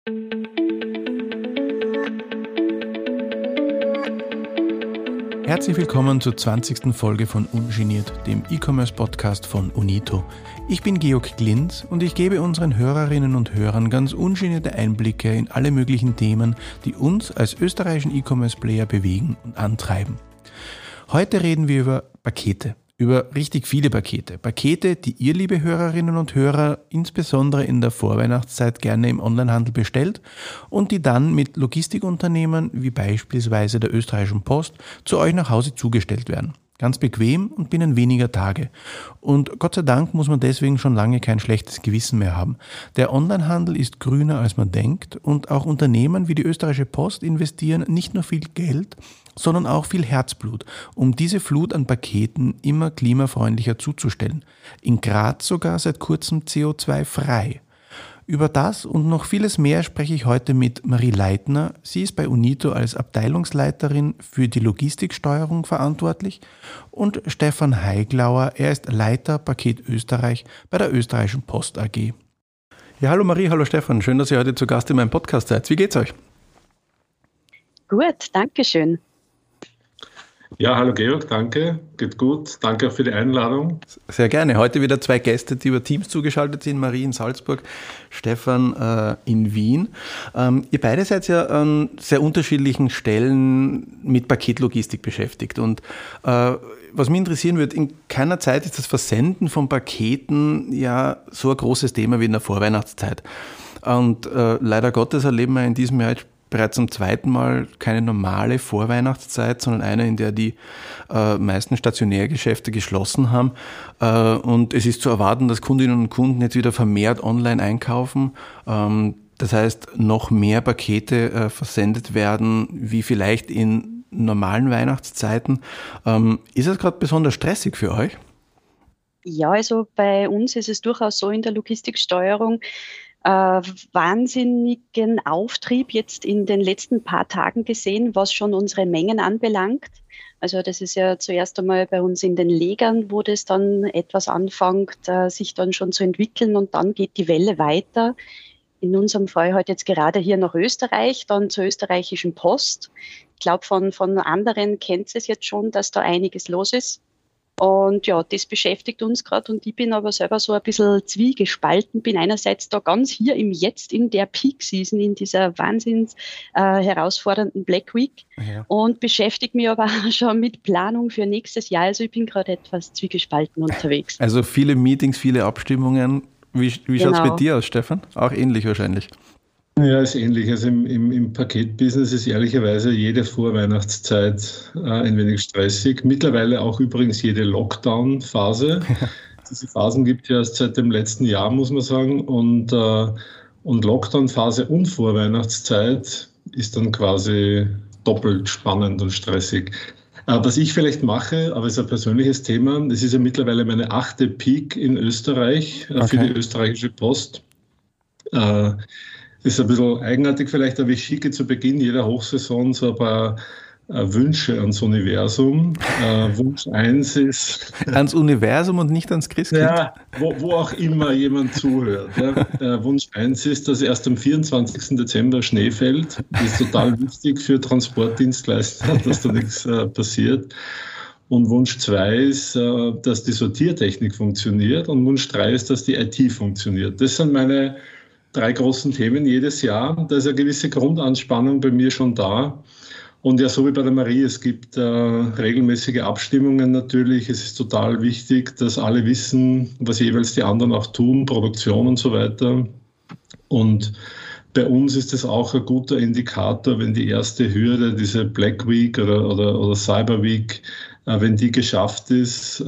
Herzlich willkommen zur 20. Folge von Ungeniert, dem E-Commerce-Podcast von Unito. Ich bin Georg Glinz und ich gebe unseren Hörerinnen und Hörern ganz ungenierte Einblicke in alle möglichen Themen, die uns als österreichischen E-Commerce-Player bewegen und antreiben. Heute reden wir über Pakete. Über richtig viele Pakete. Pakete, die ihr, liebe Hörerinnen und Hörer, insbesondere in der Vorweihnachtszeit gerne im Onlinehandel bestellt und die dann mit Logistikunternehmen wie beispielsweise der österreichischen Post zu euch nach Hause zugestellt werden. Ganz bequem und binnen weniger Tage. Und Gott sei Dank muss man deswegen schon lange kein schlechtes Gewissen mehr haben. Der Onlinehandel ist grüner, als man denkt, und auch Unternehmen wie die österreichische Post investieren nicht nur viel Geld, sondern auch viel Herzblut, um diese Flut an Paketen immer klimafreundlicher zuzustellen. In Graz sogar seit kurzem CO2-frei. Über das und noch vieles mehr spreche ich heute mit Marie Leitner. Sie ist bei Unito als Abteilungsleiterin für die Logistiksteuerung verantwortlich, und Stefan Heiglauer, er ist Leiter Paket Österreich bei der österreichischen Post AG. Ja, hallo Marie, hallo Stefan, schön, dass ihr heute zu Gast in meinem Podcast seid. Wie geht's euch? Gut, danke schön. Ja, hallo Georg, danke, geht gut. Danke auch für die Einladung. Sehr gerne. Heute wieder zwei Gäste, die über Teams zugeschaltet sind. Marie in Salzburg, Stefan in Wien. Ihr beide seid ja an sehr unterschiedlichen Stellen mit Paketlogistik beschäftigt. Und was mich interessieren würde, in keiner Zeit ist das Versenden von Paketen ja so ein großes Thema wie in der Vorweihnachtszeit. Und leider Gottes erleben wir in diesem Jahr bereits zum zweiten Mal keine normale Vorweihnachtszeit, sondern eine, in der die meisten Stationärgeschäfte geschlossen haben. Und es ist zu erwarten, dass Kundinnen und Kunden jetzt wieder vermehrt online einkaufen. Das heißt, noch mehr Pakete versendet werden, wie vielleicht in normalen Weihnachtszeiten. Ist es gerade besonders stressig für euch? Ja, also bei uns ist es durchaus so in der Logistiksteuerung, wahnsinnigen Auftrieb jetzt in den letzten paar Tagen gesehen, was schon unsere Mengen anbelangt. Also das ist ja zuerst einmal bei uns in den Legern, wo das dann etwas anfängt, sich dann schon zu entwickeln, und dann geht die Welle weiter. In unserem Fall halt jetzt gerade hier nach Österreich, dann zur österreichischen Post. Ich glaube, von anderen kennt es jetzt schon, dass da einiges los ist. Und ja, das beschäftigt uns gerade, und ich bin aber selber so ein bisschen zwiegespalten, bin einerseits da ganz hier im Jetzt in der Peak-Season, in dieser wahnsinns herausfordernden Black Week, und beschäftige mich aber auch schon mit Planung für nächstes Jahr. Also ich bin gerade etwas zwiegespalten unterwegs. Also viele Meetings, viele Abstimmungen. Wie schaut es bei dir aus, Stefan? Auch ähnlich wahrscheinlich. Ja, ist ähnlich. Also im Paketbusiness ist ehrlicherweise jede Vorweihnachtszeit ein wenig stressig. Mittlerweile auch übrigens jede Lockdown-Phase. Diese Phasen gibt es ja erst seit dem letzten Jahr, muss man sagen. Und Lockdown-Phase und Vorweihnachtszeit ist dann quasi doppelt spannend und stressig. Was ich vielleicht mache, aber es ist ein persönliches Thema, es ist ja mittlerweile meine 8. Peak in Österreich für die österreichische Post. Ist ein bisschen eigenartig vielleicht, aber ich schicke zu Beginn jeder Hochsaison so ein paar Wünsche ans Universum. Wunsch 1 ist... Ans Universum und nicht ans Christkind? Ja, wo auch immer jemand zuhört. Ja. Wunsch 1 ist, dass erst am 24. Dezember Schnee fällt. Das ist total wichtig für Transportdienstleister, dass da nichts passiert. Und Wunsch 2 ist, dass die Sortiertechnik funktioniert. Und Wunsch 3 ist, dass die IT funktioniert. Das sind meine 3 großen Themen jedes Jahr. Da ist eine gewisse Grundanspannung bei mir schon da. Und ja, so wie bei der Marie, es gibt regelmäßige Abstimmungen natürlich. Es ist total wichtig, dass alle wissen, was jeweils die anderen auch tun, Produktion und so weiter. Und bei uns ist es auch ein guter Indikator, wenn die erste Hürde, diese Black Week oder Cyber Week, wenn die geschafft ist,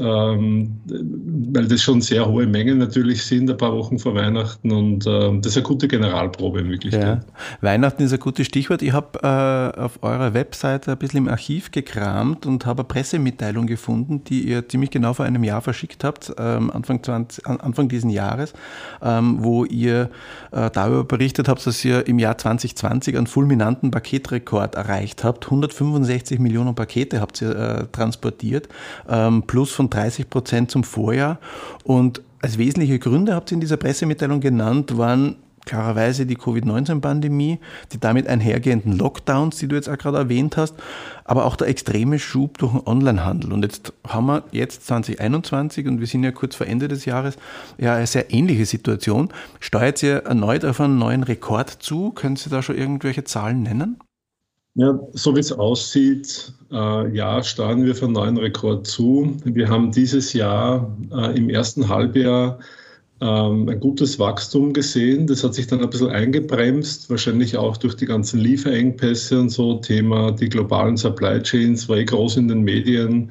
weil das schon sehr hohe Mengen natürlich sind, ein paar Wochen vor Weihnachten, und das ist eine gute Generalprobe in Wirklichkeit. Ja. Weihnachten ist ein gutes Stichwort. Ich habe auf eurer Webseite ein bisschen im Archiv gekramt und habe eine Pressemitteilung gefunden, die ihr ziemlich genau vor einem Jahr verschickt habt, Anfang diesen Jahres, wo ihr darüber berichtet habt, dass ihr im Jahr 2020 einen fulminanten Paketrekord erreicht habt. 165 Millionen Pakete habt ihr transportiert, plus von 30% zum Vorjahr. Und als wesentliche Gründe habt ihr in dieser Pressemitteilung genannt, waren klarerweise die Covid-19-Pandemie, die damit einhergehenden Lockdowns, die du jetzt auch gerade erwähnt hast, aber auch der extreme Schub durch den Onlinehandel. Und jetzt haben wir 2021 und wir sind ja kurz vor Ende des Jahres, ja eine sehr ähnliche Situation. Steuert ihr erneut auf einen neuen Rekord zu? Können Sie da schon irgendwelche Zahlen nennen? Ja, so wie es aussieht, steuern wir auf einen neuen Rekord zu. Wir haben dieses Jahr im ersten Halbjahr ein gutes Wachstum gesehen. Das hat sich dann ein bisschen eingebremst, wahrscheinlich auch durch die ganzen Lieferengpässe und so. Thema, die globalen Supply Chains war groß in den Medien.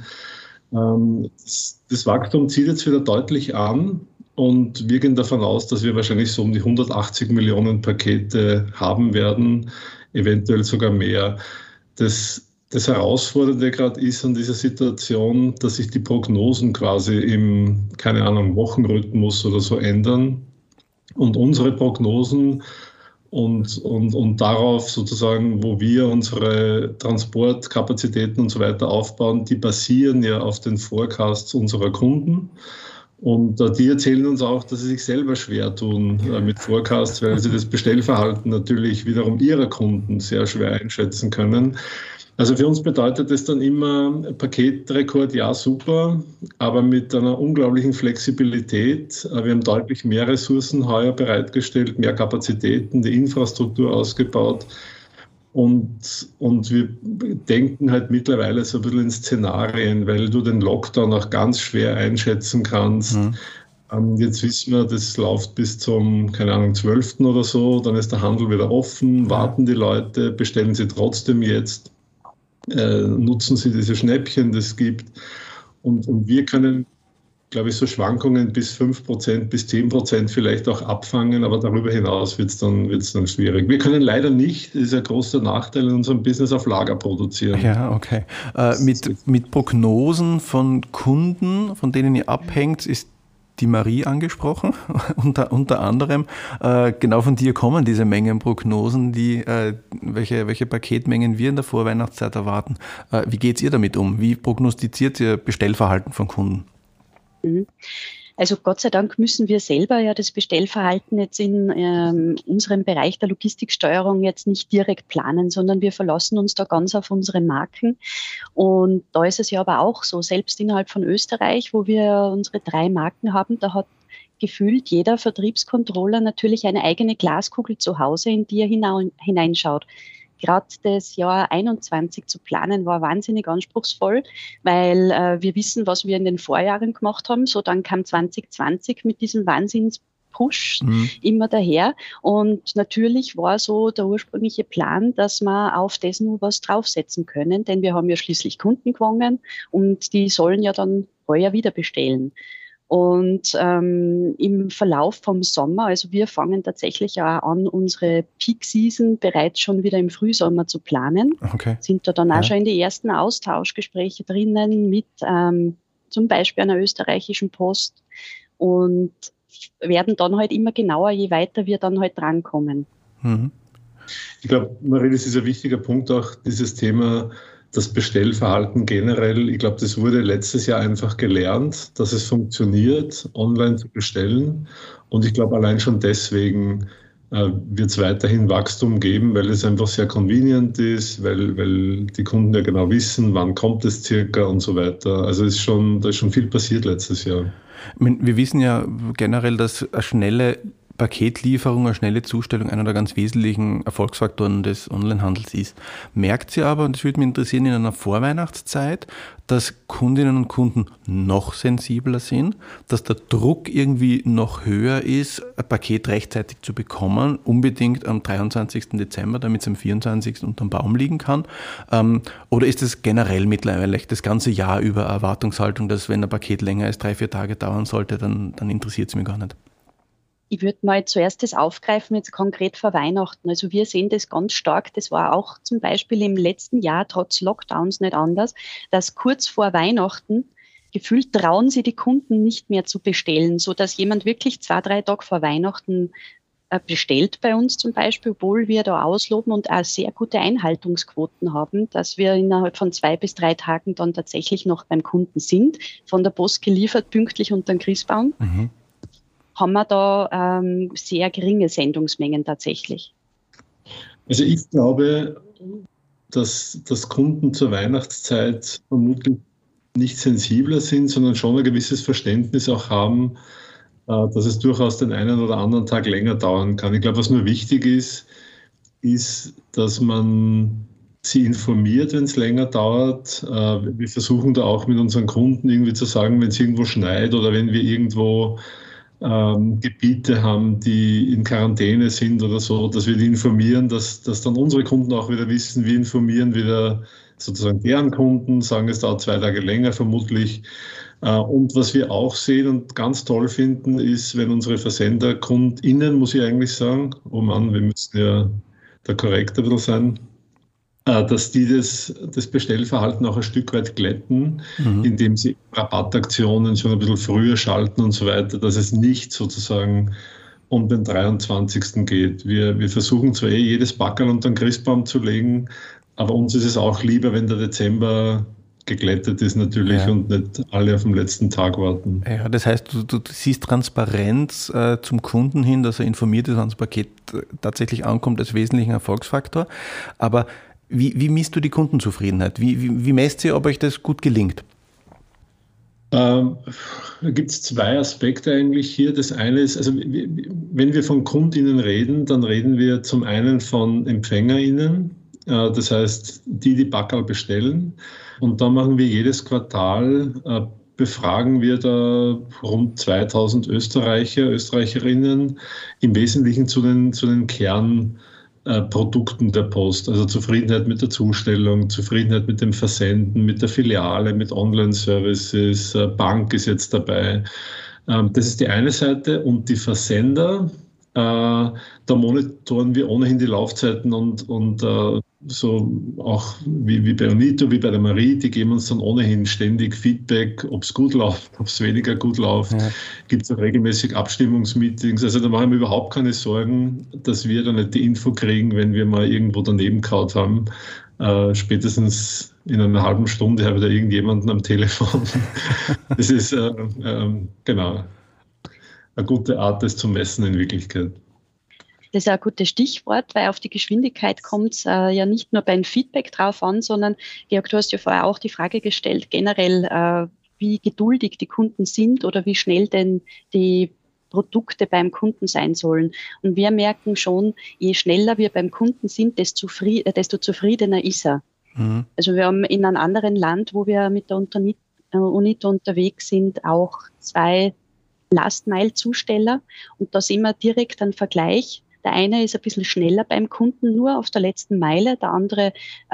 Das Wachstum zieht jetzt wieder deutlich an und wir gehen davon aus, dass wir wahrscheinlich so um die 180 Millionen Pakete haben werden, eventuell sogar mehr. Das Herausfordernde gerade ist an dieser Situation, dass sich die Prognosen quasi im, keine Ahnung, Wochenrhythmus oder so ändern. Und unsere Prognosen und darauf sozusagen, wo wir unsere Transportkapazitäten und so weiter aufbauen, die basieren ja auf den Forecasts unserer Kunden. Und die erzählen uns auch, dass sie sich selber schwer tun mit Forecasts, weil sie das Bestellverhalten natürlich wiederum ihrer Kunden sehr schwer einschätzen können. Also für uns bedeutet das dann immer Paketrekord, ja super, aber mit einer unglaublichen Flexibilität. Wir haben deutlich mehr Ressourcen heuer bereitgestellt, mehr Kapazitäten, die Infrastruktur ausgebaut. Und wir denken halt mittlerweile so ein bisschen in Szenarien, weil du den Lockdown auch ganz schwer einschätzen kannst. Jetzt wissen wir, das läuft bis zum, keine Ahnung, 12. oder so, dann ist der Handel wieder offen, warten die Leute, bestellen sie trotzdem jetzt, nutzen sie diese Schnäppchen, das es gibt. Und wir können, glaube ich, so Schwankungen bis 5%, bis 10% vielleicht auch abfangen, aber darüber hinaus wird es dann schwierig. Wir können leider nicht, das ist ein großer Nachteil in unserem Business, auf Lager produzieren. Ja, okay. Mit Prognosen von Kunden, von denen ihr abhängt, ist die Marie angesprochen, unter anderem. Genau von dir kommen diese Mengenprognosen, welche Paketmengen wir in der Vorweihnachtszeit erwarten. Wie geht ihr damit um? Wie prognostiziert ihr Bestellverhalten von Kunden? Also Gott sei Dank müssen wir selber ja das Bestellverhalten jetzt in unserem Bereich der Logistiksteuerung jetzt nicht direkt planen, sondern wir verlassen uns da ganz auf unsere Marken. Und da ist es ja aber auch so, selbst innerhalb von Österreich, wo wir unsere 3 Marken haben, da hat gefühlt jeder Vertriebscontroller natürlich eine eigene Glaskugel zu Hause, in die er hineinschaut. Gerade das Jahr 21 zu planen war wahnsinnig anspruchsvoll, weil wir wissen, was wir in den Vorjahren gemacht haben. So dann kam 2020 mit diesem Wahnsinns-Push immer daher. Und natürlich war so der ursprüngliche Plan, dass wir auf das nur was draufsetzen können, denn wir haben ja schließlich Kunden gewonnen und die sollen ja dann heuer wieder bestellen. Und im Verlauf vom Sommer, also wir fangen tatsächlich auch an, unsere Peak-Season bereits schon wieder im Frühsommer zu planen. Okay. Sind da dann auch schon in die ersten Austauschgespräche drinnen mit zum Beispiel einer österreichischen Post und werden dann halt immer genauer, je weiter wir dann halt drankommen. Ich glaube, Marie, das ist ein wichtiger Punkt auch, dieses Thema, das Bestellverhalten generell. Ich glaube, das wurde letztes Jahr einfach gelernt, dass es funktioniert, online zu bestellen. Und ich glaube, allein schon deswegen wird es weiterhin Wachstum geben, weil es einfach sehr convenient ist, weil die Kunden ja genau wissen, wann kommt es circa und so weiter. Also da ist schon viel passiert letztes Jahr. Wir wissen ja generell, dass eine schnelle Paketlieferung, eine schnelle Zustellung einer der ganz wesentlichen Erfolgsfaktoren des Onlinehandels ist. Merkt ihr aber, und das würde mich interessieren, in einer Vorweihnachtszeit, dass Kundinnen und Kunden noch sensibler sind, dass der Druck irgendwie noch höher ist, ein Paket rechtzeitig zu bekommen, unbedingt am 23. Dezember, damit es am 24. unterm Baum liegen kann? Oder ist es generell mittlerweile das ganze Jahr über Erwartungshaltung, dass wenn ein Paket länger als 3-4 Tage dauern sollte, dann interessiert es mich gar nicht? Ich würde mal zuerst das aufgreifen, jetzt konkret vor Weihnachten. Also wir sehen das ganz stark. Das war auch zum Beispiel im letzten Jahr trotz Lockdowns nicht anders, dass kurz vor Weihnachten gefühlt trauen sie die Kunden nicht mehr zu bestellen, so dass jemand wirklich 2-3 Tage vor Weihnachten bestellt bei uns zum Beispiel, obwohl wir da ausloben und auch sehr gute Einhaltungsquoten haben, dass wir innerhalb von 2 bis 3 Tagen dann tatsächlich noch beim Kunden sind, von der Post geliefert, pünktlich unter den Christbaum. haben wir da sehr geringe Sendungsmengen tatsächlich. Also ich glaube, dass Kunden zur Weihnachtszeit vermutlich nicht sensibler sind, sondern schon ein gewisses Verständnis auch haben, dass es durchaus den einen oder anderen Tag länger dauern kann. Ich glaube, was nur wichtig ist, dass man sie informiert, wenn es länger dauert. Wir versuchen da auch mit unseren Kunden irgendwie zu sagen, wenn es irgendwo schneit oder wenn wir irgendwo Gebiete haben, die in Quarantäne sind oder so, dass wir die informieren, dass dann unsere Kunden auch wieder wissen, wir informieren wieder sozusagen deren Kunden, sagen, es dauert 2 Tage länger vermutlich. Und was wir auch sehen und ganz toll finden, ist, wenn unsere VersenderkundInnen, muss ich eigentlich sagen, oh Mann, wir müssen ja da korrekt ein bisschen sein, dass die das Bestellverhalten auch ein Stück weit glätten, indem sie Rabattaktionen schon ein bisschen früher schalten und so weiter, dass es nicht sozusagen um den 23. geht. Wir versuchen zwar jedes Backerl unter den Christbaum zu legen, aber uns ist es auch lieber, wenn der Dezember geglättet ist natürlich und nicht alle auf den letzten Tag warten. Ja, das heißt, du siehst Transparenz zum Kunden hin, dass er informiert ist, wann das Paket tatsächlich ankommt, als wesentlichen Erfolgsfaktor. Aber wie misst du die Kundenzufriedenheit? Wie messt ihr, ob euch das gut gelingt? Da gibt es 2 Aspekte eigentlich hier. Das eine ist, also wenn wir von KundInnen reden, dann reden wir zum einen von EmpfängerInnen, das heißt, die Backerl bestellen. Und dann machen wir jedes Quartal, befragen wir da rund 2000 Österreicherinnen, im Wesentlichen zu den Kernprodukten der Post. Also Zufriedenheit mit der Zustellung, Zufriedenheit mit dem Versenden, mit der Filiale, mit Online-Services, Bank ist jetzt dabei. Das ist die eine Seite. Und die Versender, da monitoren wir ohnehin die Laufzeiten und so auch wie bei Unito, wie bei der Marie, die geben uns dann ohnehin ständig Feedback, ob es gut läuft, ob es weniger gut läuft. Ja. Gibt es auch regelmäßig Abstimmungsmeetings. Also da machen wir überhaupt keine Sorgen, dass wir da nicht die Info kriegen, wenn wir mal irgendwo daneben gehauen haben. Spätestens in einer halben Stunde habe ich da irgendjemanden am Telefon. Das ist genau eine gute Art, das zu messen in Wirklichkeit. Das ist ein gutes Stichwort, weil auf die Geschwindigkeit kommt es ja nicht nur beim Feedback drauf an, sondern, Georg, du hast ja vorher auch die Frage gestellt, generell, wie geduldig die Kunden sind oder wie schnell denn die Produkte beim Kunden sein sollen. Und wir merken schon, je schneller wir beim Kunden sind, desto zufriedener ist er. Mhm. Also wir haben in einem anderen Land, wo wir mit der Unito unterwegs sind, auch 2 Last-Mile-Zusteller. Und da sehen wir direkt einen Vergleich. Der eine ist ein bisschen schneller beim Kunden, nur auf der letzten Meile, der andere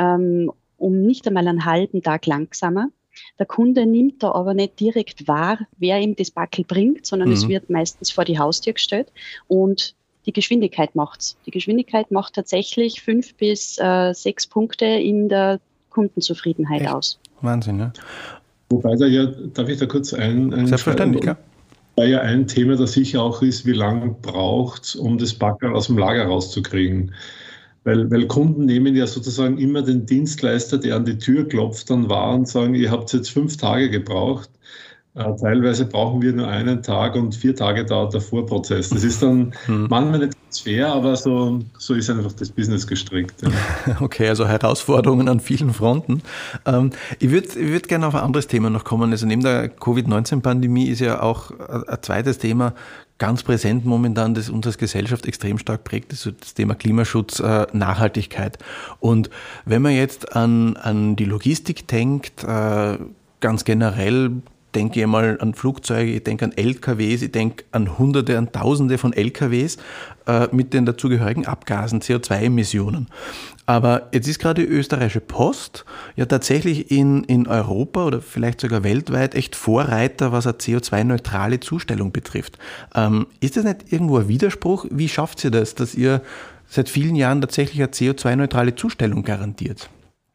um nicht einmal einen halben Tag langsamer. Der Kunde nimmt da aber nicht direkt wahr, wer ihm das Backel bringt, sondern es wird meistens vor die Haustür gestellt und die Geschwindigkeit macht's. Die Geschwindigkeit macht tatsächlich 5 bis 6 Punkte in der Kundenzufriedenheit aus. Wahnsinn, ne? Wobei darf ich da kurz Selbstverständlich, klar. Weil ja ein Thema, das sicher auch ist, wie lange braucht es, um das Backerl aus dem Lager rauszukriegen. Weil Kunden nehmen ja sozusagen immer den Dienstleister, der an die Tür klopft, dann wahr und sagen, ihr habt jetzt 5 Tage gebraucht. Teilweise brauchen wir nur 1 Tag und 4 Tage dauert der Vorprozess. Das ist dann manchmal nicht ganz fair, aber so ist einfach das Business gestrickt. Ja. Okay, also Herausforderungen an vielen Fronten. Ich würd gerne auf ein anderes Thema noch kommen. Also neben der Covid-19-Pandemie ist ja auch ein zweites Thema ganz präsent momentan, das unsere Gesellschaft extrem stark prägt, ist das Thema Klimaschutz, Nachhaltigkeit. Und wenn man jetzt an die Logistik denkt, ganz generell, denke ich mal an Flugzeuge, ich denke an LKWs, ich denke an Hunderte, an Tausende von LKWs mit den dazugehörigen Abgasen, CO2-Emissionen. Aber jetzt ist gerade die österreichische Post ja tatsächlich in Europa oder vielleicht sogar weltweit echt Vorreiter, was eine CO2-neutrale Zustellung betrifft. Ist das nicht irgendwo ein Widerspruch? Wie schafft ihr das, dass ihr seit vielen Jahren tatsächlich eine CO2-neutrale Zustellung garantiert?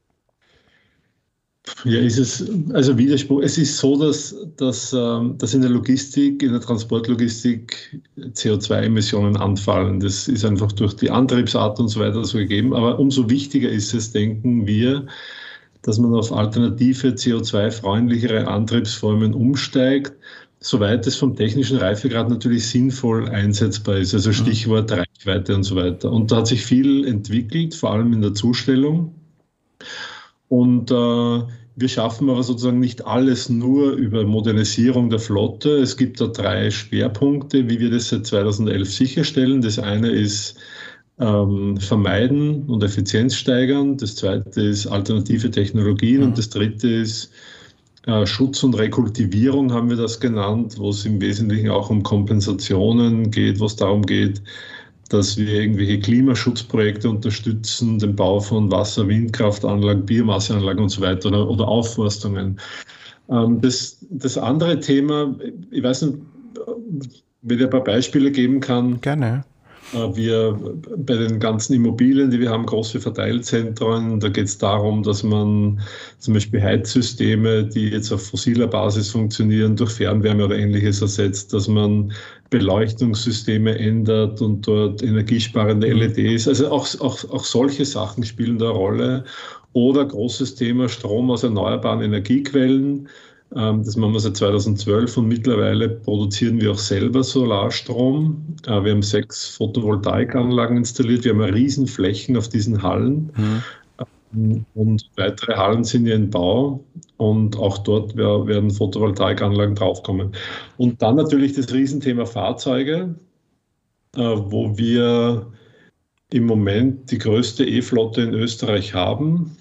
Ja, also Widerspruch. Es ist so, dass in der Logistik, in der Transportlogistik CO2-Emissionen anfallen. Das ist einfach durch die Antriebsart und so weiter so gegeben. Aber umso wichtiger ist es, denken wir, dass man auf alternative, CO2-freundlichere Antriebsformen umsteigt. soweit es vom technischen Reifegrad natürlich sinnvoll einsetzbar ist, also Stichwort Reichweite und so weiter. Und da hat sich viel entwickelt, vor allem in der Zustellung. Und wir schaffen aber sozusagen nicht alles nur über Modernisierung der Flotte. Es gibt da 3 Schwerpunkte, wie wir das seit 2011 sicherstellen. Das eine ist Vermeiden und Effizienz steigern. Das zweite ist alternative Technologien und das dritte ist Schutz und Rekultivierung, haben wir das genannt, wo es im Wesentlichen auch um Kompensationen geht, wo es darum geht, dass wir irgendwelche Klimaschutzprojekte unterstützen, den Bau von Wasser-, Windkraftanlagen, Biomasseanlagen und so weiter oder Aufforstungen. Das andere Thema, ich weiß nicht, wenn ich ein paar Beispiele geben kann. Gerne. Wir bei den ganzen Immobilien, die wir haben, große Verteilzentren, da geht es darum, dass man zum Beispiel Heizsysteme, die jetzt auf fossiler Basis funktionieren, durch Fernwärme oder Ähnliches ersetzt, dass man Beleuchtungssysteme ändert und dort energiesparende LEDs, also auch solche Sachen spielen da eine Rolle. Oder großes Thema Strom aus erneuerbaren Energiequellen. Das machen wir seit 2012 und mittlerweile produzieren wir auch selber Solarstrom. Wir haben 6 Photovoltaikanlagen installiert. Wir haben riesen Flächen auf diesen Hallen. Und weitere Hallen sind ja in Bau und auch dort werden Photovoltaikanlagen draufkommen. Und dann natürlich das Riesenthema Fahrzeuge, wo wir im Moment die größte E-Flotte in Österreich haben.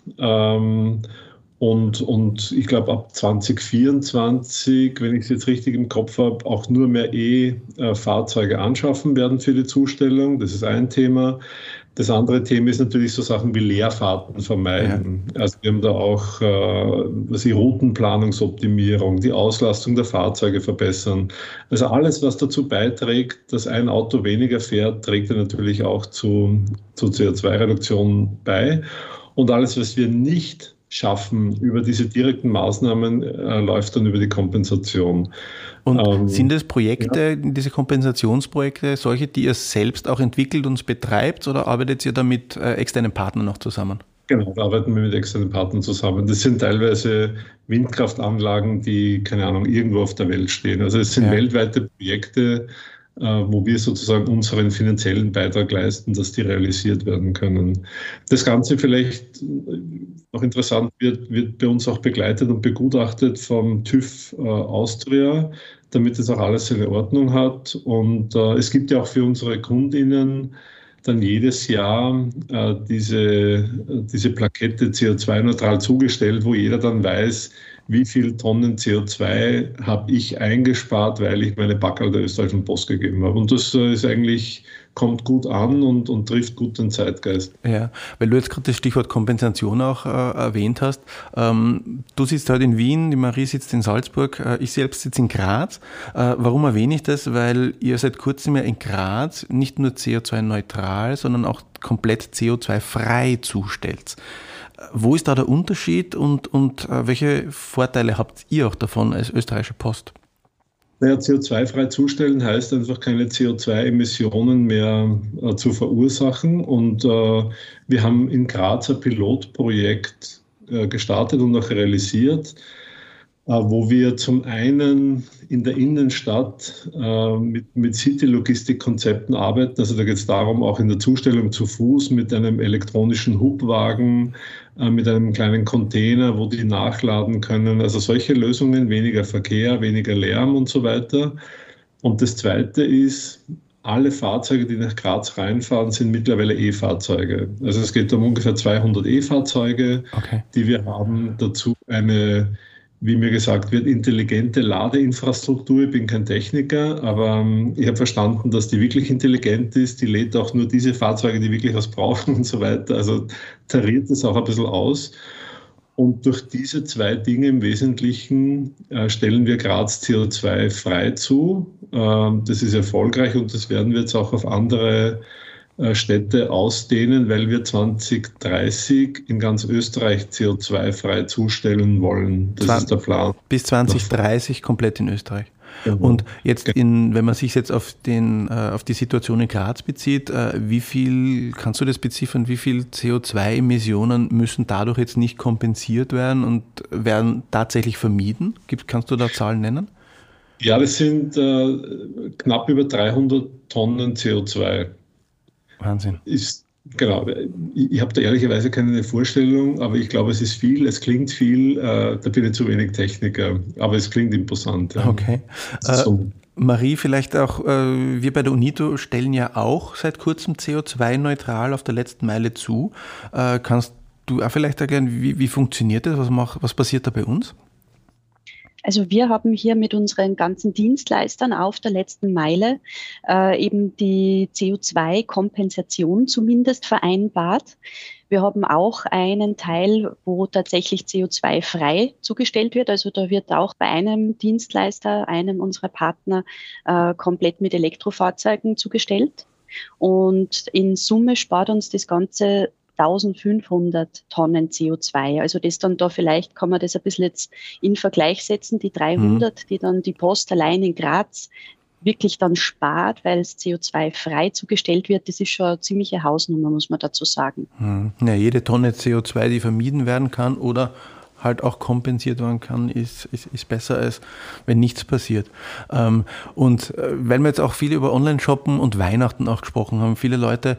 Und ich glaube, ab 2024, wenn ich es jetzt richtig im Kopf habe, auch nur mehr E-Fahrzeuge anschaffen werden für die Zustellung. Das ist ein Thema. Das andere Thema ist natürlich so Sachen wie Leerfahrten vermeiden. Ja. Also wir haben da auch die Routenplanungsoptimierung, die Auslastung der Fahrzeuge verbessern. Also alles, was dazu beiträgt, dass ein Auto weniger fährt, trägt ja natürlich auch zu CO2-Reduktion bei. Und alles, was wir nicht schaffen über diese direkten Maßnahmen, läuft dann über die Kompensation. Und sind es Projekte, diese Kompensationsprojekte, solche, die ihr selbst auch entwickelt und betreibt, oder arbeitet ihr da mit externen Partnern noch zusammen? Genau, da arbeiten wir mit externen Partnern zusammen. Das sind teilweise Windkraftanlagen, die, keine Ahnung, irgendwo auf der Welt stehen. Also es sind weltweite Projekte, wo wir sozusagen unseren finanziellen Beitrag leisten, dass die realisiert werden können. Das Ganze vielleicht noch interessant wird bei uns auch begleitet und begutachtet vom TÜV Austria, damit es auch alles seine Ordnung hat. Und es gibt ja auch für unsere KundInnen dann jedes Jahr diese Plakette CO2-neutral zugestellt, wo jeder dann weiß, wie viel Tonnen CO2 habe ich eingespart, weil ich meine Packerl der österreichischen Post gegeben habe. Und das ist eigentlich, kommt gut an und trifft gut den Zeitgeist. Ja, weil du jetzt gerade das Stichwort Kompensation auch erwähnt hast. Du sitzt heute in Wien, die Marie sitzt in Salzburg, ich selbst sitze in Graz. Warum erwähne ich das? Weil ihr seit kurzem ja in Graz nicht nur CO2-neutral, sondern auch komplett CO2-frei zustellt. Wo ist da der Unterschied und welche Vorteile habt ihr auch davon als österreichische Post? Naja, CO2-frei zustellen heißt einfach keine CO2-Emissionen mehr zu verursachen. Und wir haben in Graz ein Pilotprojekt gestartet und auch realisiert, wo wir zum einen in der Innenstadt mit City-Logistik-Konzepten arbeiten. Also da geht es darum, auch in der Zustellung zu Fuß mit einem elektronischen Hubwagen, mit einem kleinen Container, wo die nachladen können. Also solche Lösungen, weniger Verkehr, weniger Lärm und so weiter. Und das Zweite ist, alle Fahrzeuge, die nach Graz reinfahren, sind mittlerweile E-Fahrzeuge. Also es geht um ungefähr 200 E-Fahrzeuge, die wir haben. Dazu eine, wie mir gesagt wird, intelligente Ladeinfrastruktur. Ich bin kein Techniker, aber ich habe verstanden, dass die wirklich intelligent ist. Die lädt auch nur diese Fahrzeuge, die wirklich was brauchen und so weiter. Also tariert es auch ein bisschen aus. Und durch diese 2 Dinge im Wesentlichen stellen wir Graz CO2-frei zu. Das ist erfolgreich und das werden wir jetzt auch auf andere Städte ausdehnen, weil wir 2030 in ganz Österreich CO2-frei zustellen wollen. Das ist der Plan. Bis 2030 komplett in Österreich. Genau. Und jetzt, wenn man sich jetzt auf die Situation in Graz bezieht, kannst du das beziffern, wie viel CO2-Emissionen müssen dadurch jetzt nicht kompensiert werden und werden tatsächlich vermieden? Kannst du da Zahlen nennen? Ja, das sind knapp über 300 Tonnen CO2. Wahnsinn. Genau, ich habe da ehrlicherweise keine Vorstellung, aber ich glaube, es ist viel, es klingt viel, da bin ich zu wenig Techniker, aber es klingt imposant. Ja. Okay. Marie, vielleicht auch, wir bei der UNITO stellen ja auch seit kurzem CO2-neutral auf der letzten Meile zu. Kannst du auch vielleicht erklären, wie funktioniert das? Was passiert da bei uns? Also wir haben hier mit unseren ganzen Dienstleistern auf der letzten Meile eben die CO2-Kompensation zumindest vereinbart. Wir haben auch einen Teil, wo tatsächlich CO2-frei zugestellt wird. Also da wird auch bei einem Dienstleister, einem unserer Partner, komplett mit Elektrofahrzeugen zugestellt. Und in Summe spart uns das Ganze 1500 Tonnen CO2. Also das dann da vielleicht kann man das ein bisschen jetzt in Vergleich setzen, die 300, die dann die Post allein in Graz wirklich dann spart, weil es CO2-frei zugestellt wird. Das ist schon eine ziemliche Hausnummer, muss man dazu sagen. Ja, jede Tonne CO2, die vermieden werden kann oder halt auch kompensiert werden kann, ist besser, als wenn nichts passiert. Und weil wir jetzt auch viel über Online-Shoppen und Weihnachten auch gesprochen haben, viele Leute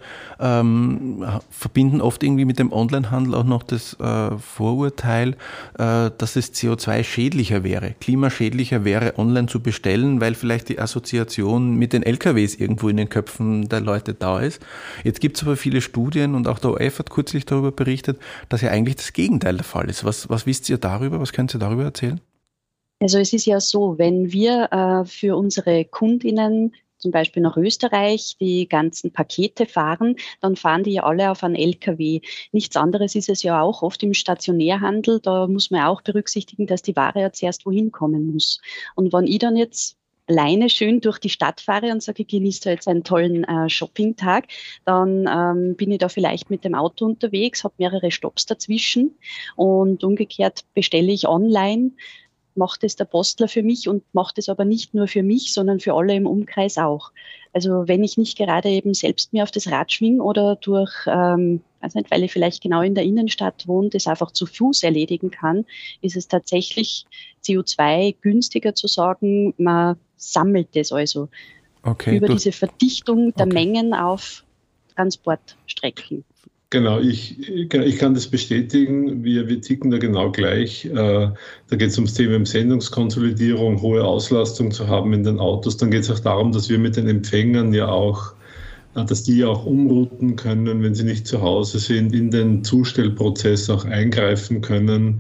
verbinden oft irgendwie mit dem Onlinehandel auch noch das Vorurteil, dass es CO2-schädlicher wäre, klimaschädlicher wäre, online zu bestellen, weil vielleicht die Assoziation mit den LKWs irgendwo in den Köpfen der Leute da ist. Jetzt gibt es aber viele Studien und auch der ORF hat kürzlich darüber berichtet, dass ja eigentlich das Gegenteil der Fall ist. Was wisst ihr darüber? Was könnt ihr darüber erzählen? Also es ist ja so, wenn wir für unsere Kundinnen zum Beispiel nach Österreich die ganzen Pakete fahren, dann fahren die ja alle auf einen LKW. Nichts anderes ist es ja auch oft im Stationärhandel. Da muss man auch berücksichtigen, dass die Ware ja zuerst wohin kommen muss. Und wenn ich dann jetzt alleine schön durch die Stadt fahre und sage, ich genieße da jetzt einen tollen Shoppingtag, dann bin ich da vielleicht mit dem Auto unterwegs, habe mehrere Stopps dazwischen und umgekehrt bestelle ich online, macht es der Postler für mich und macht es aber nicht nur für mich, sondern für alle im Umkreis auch. Also wenn ich nicht gerade eben selbst mir auf das Rad schwinge oder durch, also nicht, weil ich vielleicht genau in der Innenstadt wohne, das einfach zu Fuß erledigen kann, ist es tatsächlich CO2 günstiger zu sagen, man sammelt es also über diese Verdichtung der Mengen auf Transportstrecken. Genau, ich kann das bestätigen. Wir ticken da genau gleich. Da geht es ums Thema Sendungskonsolidierung, hohe Auslastung zu haben in den Autos. Dann geht es auch darum, dass wir mit den Empfängern ja auch, dass die ja auch umrouten können, wenn sie nicht zu Hause sind, in den Zustellprozess auch eingreifen können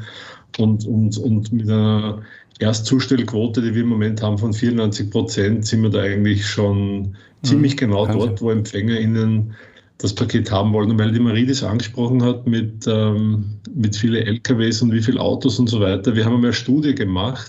und mit einer Erstzustellquote, die wir im Moment haben von 94%, sind wir da eigentlich schon ziemlich genau dort, wo EmpfängerInnen das Paket haben wollen. Und weil die Marie das angesprochen hat mit vielen LKWs und wie viele Autos und so weiter, wir haben einmal eine Studie gemacht,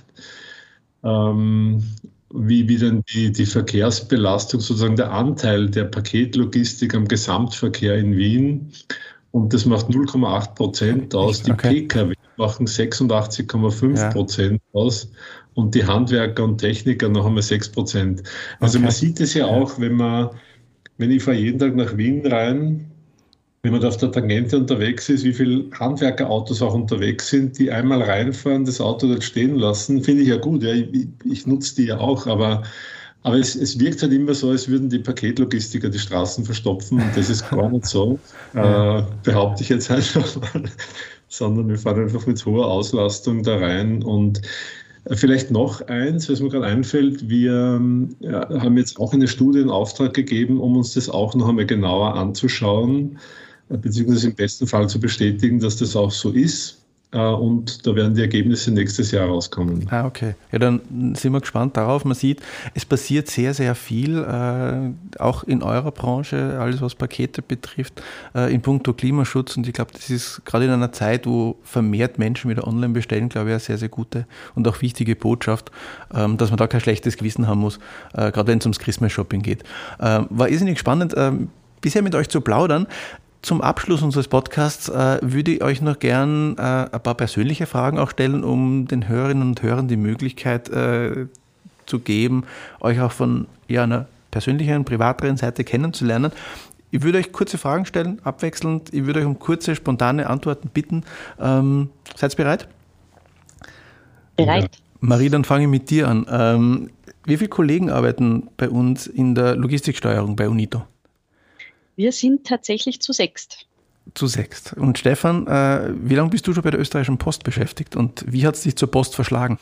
wie denn die Verkehrsbelastung, sozusagen der Anteil der Paketlogistik am Gesamtverkehr in Wien, und das macht 0,8% aus. Die Pkw machen 86,5% aus und die Handwerker und Techniker noch einmal 6%. Also man sieht es ja auch, wenn ich fahre jeden Tag nach Wien rein, wenn man da auf der Tangente unterwegs ist, wie viele Handwerkerautos auch unterwegs sind, die einmal reinfahren, das Auto dort stehen lassen, finde ich ja gut. Ja, ich nutze die ja auch, aber es wirkt halt immer so, als würden die Paketlogistiker die Straßen verstopfen und das ist gar nicht so, behaupte ich jetzt einfach mal, sondern wir fahren einfach mit hoher Auslastung da rein. Und vielleicht noch eins, was mir gerade einfällt, wir haben jetzt auch eine Studie in Auftrag gegeben, um uns das auch noch einmal genauer anzuschauen, beziehungsweise im besten Fall zu bestätigen, dass das auch so ist. Und da werden die Ergebnisse nächstes Jahr rauskommen. Okay. Ja, dann sind wir gespannt darauf. Man sieht, es passiert sehr, sehr viel, auch in eurer Branche, alles was Pakete betrifft, in puncto Klimaschutz. Und ich glaube, das ist gerade in einer Zeit, wo vermehrt Menschen wieder online bestellen, glaube ich, eine sehr, sehr gute und auch wichtige Botschaft, dass man da kein schlechtes Gewissen haben muss, gerade wenn es ums Christmas-Shopping geht. War irrsinnig spannend, bisher mit euch zu plaudern. Zum Abschluss unseres Podcasts würde ich euch noch gern ein paar persönliche Fragen auch stellen, um den Hörerinnen und Hörern die Möglichkeit zu geben, euch auch von einer persönlicheren, privateren Seite kennenzulernen. Ich würde euch kurze Fragen stellen, abwechselnd. Ich würde euch um kurze, spontane Antworten bitten. Seid ihr bereit? Bereit. Marie, dann fange ich mit dir an. Wie viele Kollegen arbeiten bei uns in der Logistiksteuerung bei Unito? Wir sind tatsächlich zu 6. Zu 6. Und Stefan, wie lange bist du schon bei der Österreichischen Post beschäftigt und wie hat es dich zur Post verschlagen?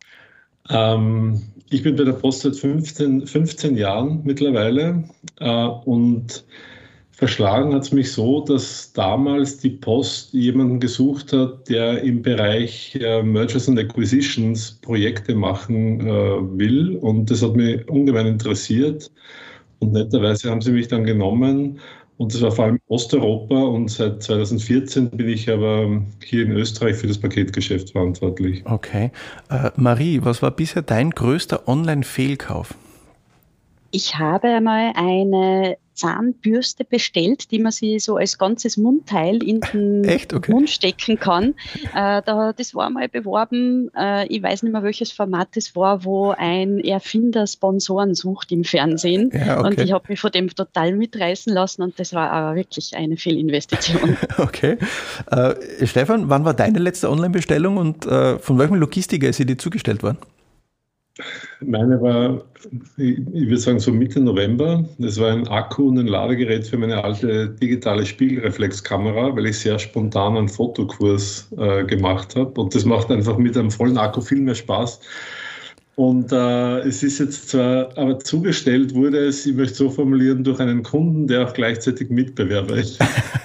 Ich bin bei der Post seit 15 Jahren mittlerweile und verschlagen hat es mich so, dass damals die Post jemanden gesucht hat, der im Bereich Mergers and Acquisitions Projekte machen will, und das hat mich ungemein interessiert und netterweise haben sie mich dann genommen. Und das war vor allem Osteuropa, und seit 2014 bin ich aber hier in Österreich für das Paketgeschäft verantwortlich. Okay. Marie, was war bisher dein größter Online-Fehlkauf? Ich habe einmal eine Zahnbürste bestellt, die man sich so als ganzes Mundteil in den Mund stecken kann. Das war mal beworben, ich weiß nicht mehr, welches Format das war, wo ein Erfinder Sponsoren sucht im Fernsehen. Ja, okay. Und ich habe mich von dem total mitreißen lassen und das war aber wirklich eine Fehlinvestition. Okay. Stefan, wann war deine letzte Online-Bestellung und von welchem Logistiker ist sie dir zugestellt worden? Meine war, ich würde sagen, so Mitte November. Das war ein Akku und ein Ladegerät für meine alte digitale Spiegelreflexkamera, weil ich sehr spontan einen Fotokurs gemacht habe. Und das macht einfach mit einem vollen Akku viel mehr Spaß. Und es ist jetzt zwar, aber zugestellt wurde es, ich möchte so formulieren, durch einen Kunden, der auch gleichzeitig Mitbewerber ist.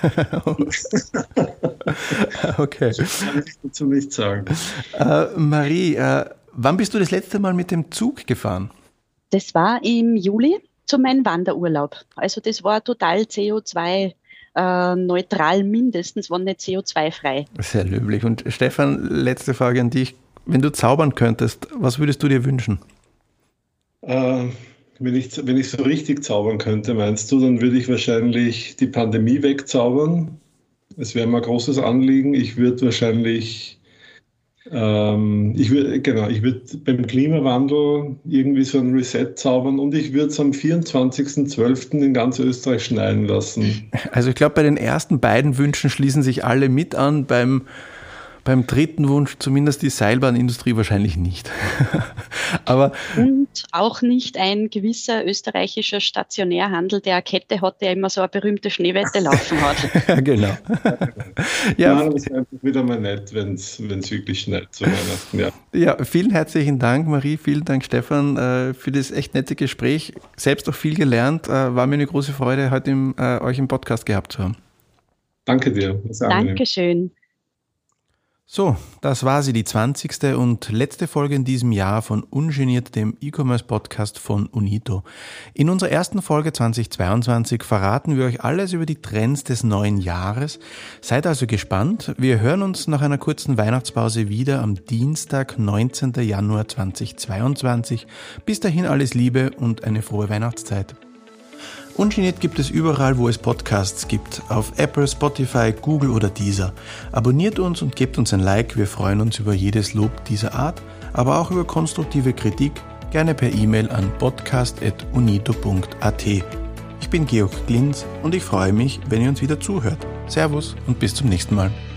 Okay. Das kann ich dazu nicht sagen. Marie, wann bist du das letzte Mal mit dem Zug gefahren? Das war im Juli zu meinem Wanderurlaub. Also das war total CO2-neutral mindestens, wenn nicht CO2-frei. Sehr löblich. Und Stefan, letzte Frage an dich. Wenn du zaubern könntest, was würdest du dir wünschen? Wenn ich so richtig zaubern könnte, meinst du, dann würde ich wahrscheinlich die Pandemie wegzaubern. Das wäre mir ein großes Anliegen. Ich würde wahrscheinlich ich würde beim Klimawandel irgendwie so ein Reset zaubern und ich würde es am 24.12. in ganz Österreich schneien lassen. Also ich glaube, bei den ersten beiden Wünschen schließen sich alle mit an, beim dritten Wunsch zumindest die Seilbahnindustrie wahrscheinlich nicht. Aber und auch nicht ein gewisser österreichischer Stationärhandel, der eine Kette hat, der immer so eine berühmte Schneewette laufen hat. Ja, genau. Ja, aber es ist einfach wieder mal nett, wenn es wirklich schneit zu Weihnachten. Ja. Ja, vielen herzlichen Dank, Marie, vielen Dank, Stefan, für das echt nette Gespräch. Selbst auch viel gelernt. War mir eine große Freude, heute euch im Podcast gehabt zu haben. Danke dir. Dankeschön. So, das war sie, die 20. und letzte Folge in diesem Jahr von Ungeniert, dem E-Commerce-Podcast von Unito. In unserer ersten Folge 2022 verraten wir euch alles über die Trends des neuen Jahres. Seid also gespannt. Wir hören uns nach einer kurzen Weihnachtspause wieder am Dienstag, 19. Januar 2022. Bis dahin alles Liebe und eine frohe Weihnachtszeit. Ungeniert gibt es überall, wo es Podcasts gibt, auf Apple, Spotify, Google oder Deezer. Abonniert uns und gebt uns ein Like, wir freuen uns über jedes Lob dieser Art, aber auch über konstruktive Kritik, gerne per E-Mail an podcast@unito.at. Ich bin Georg Glinz und ich freue mich, wenn ihr uns wieder zuhört. Servus und bis zum nächsten Mal.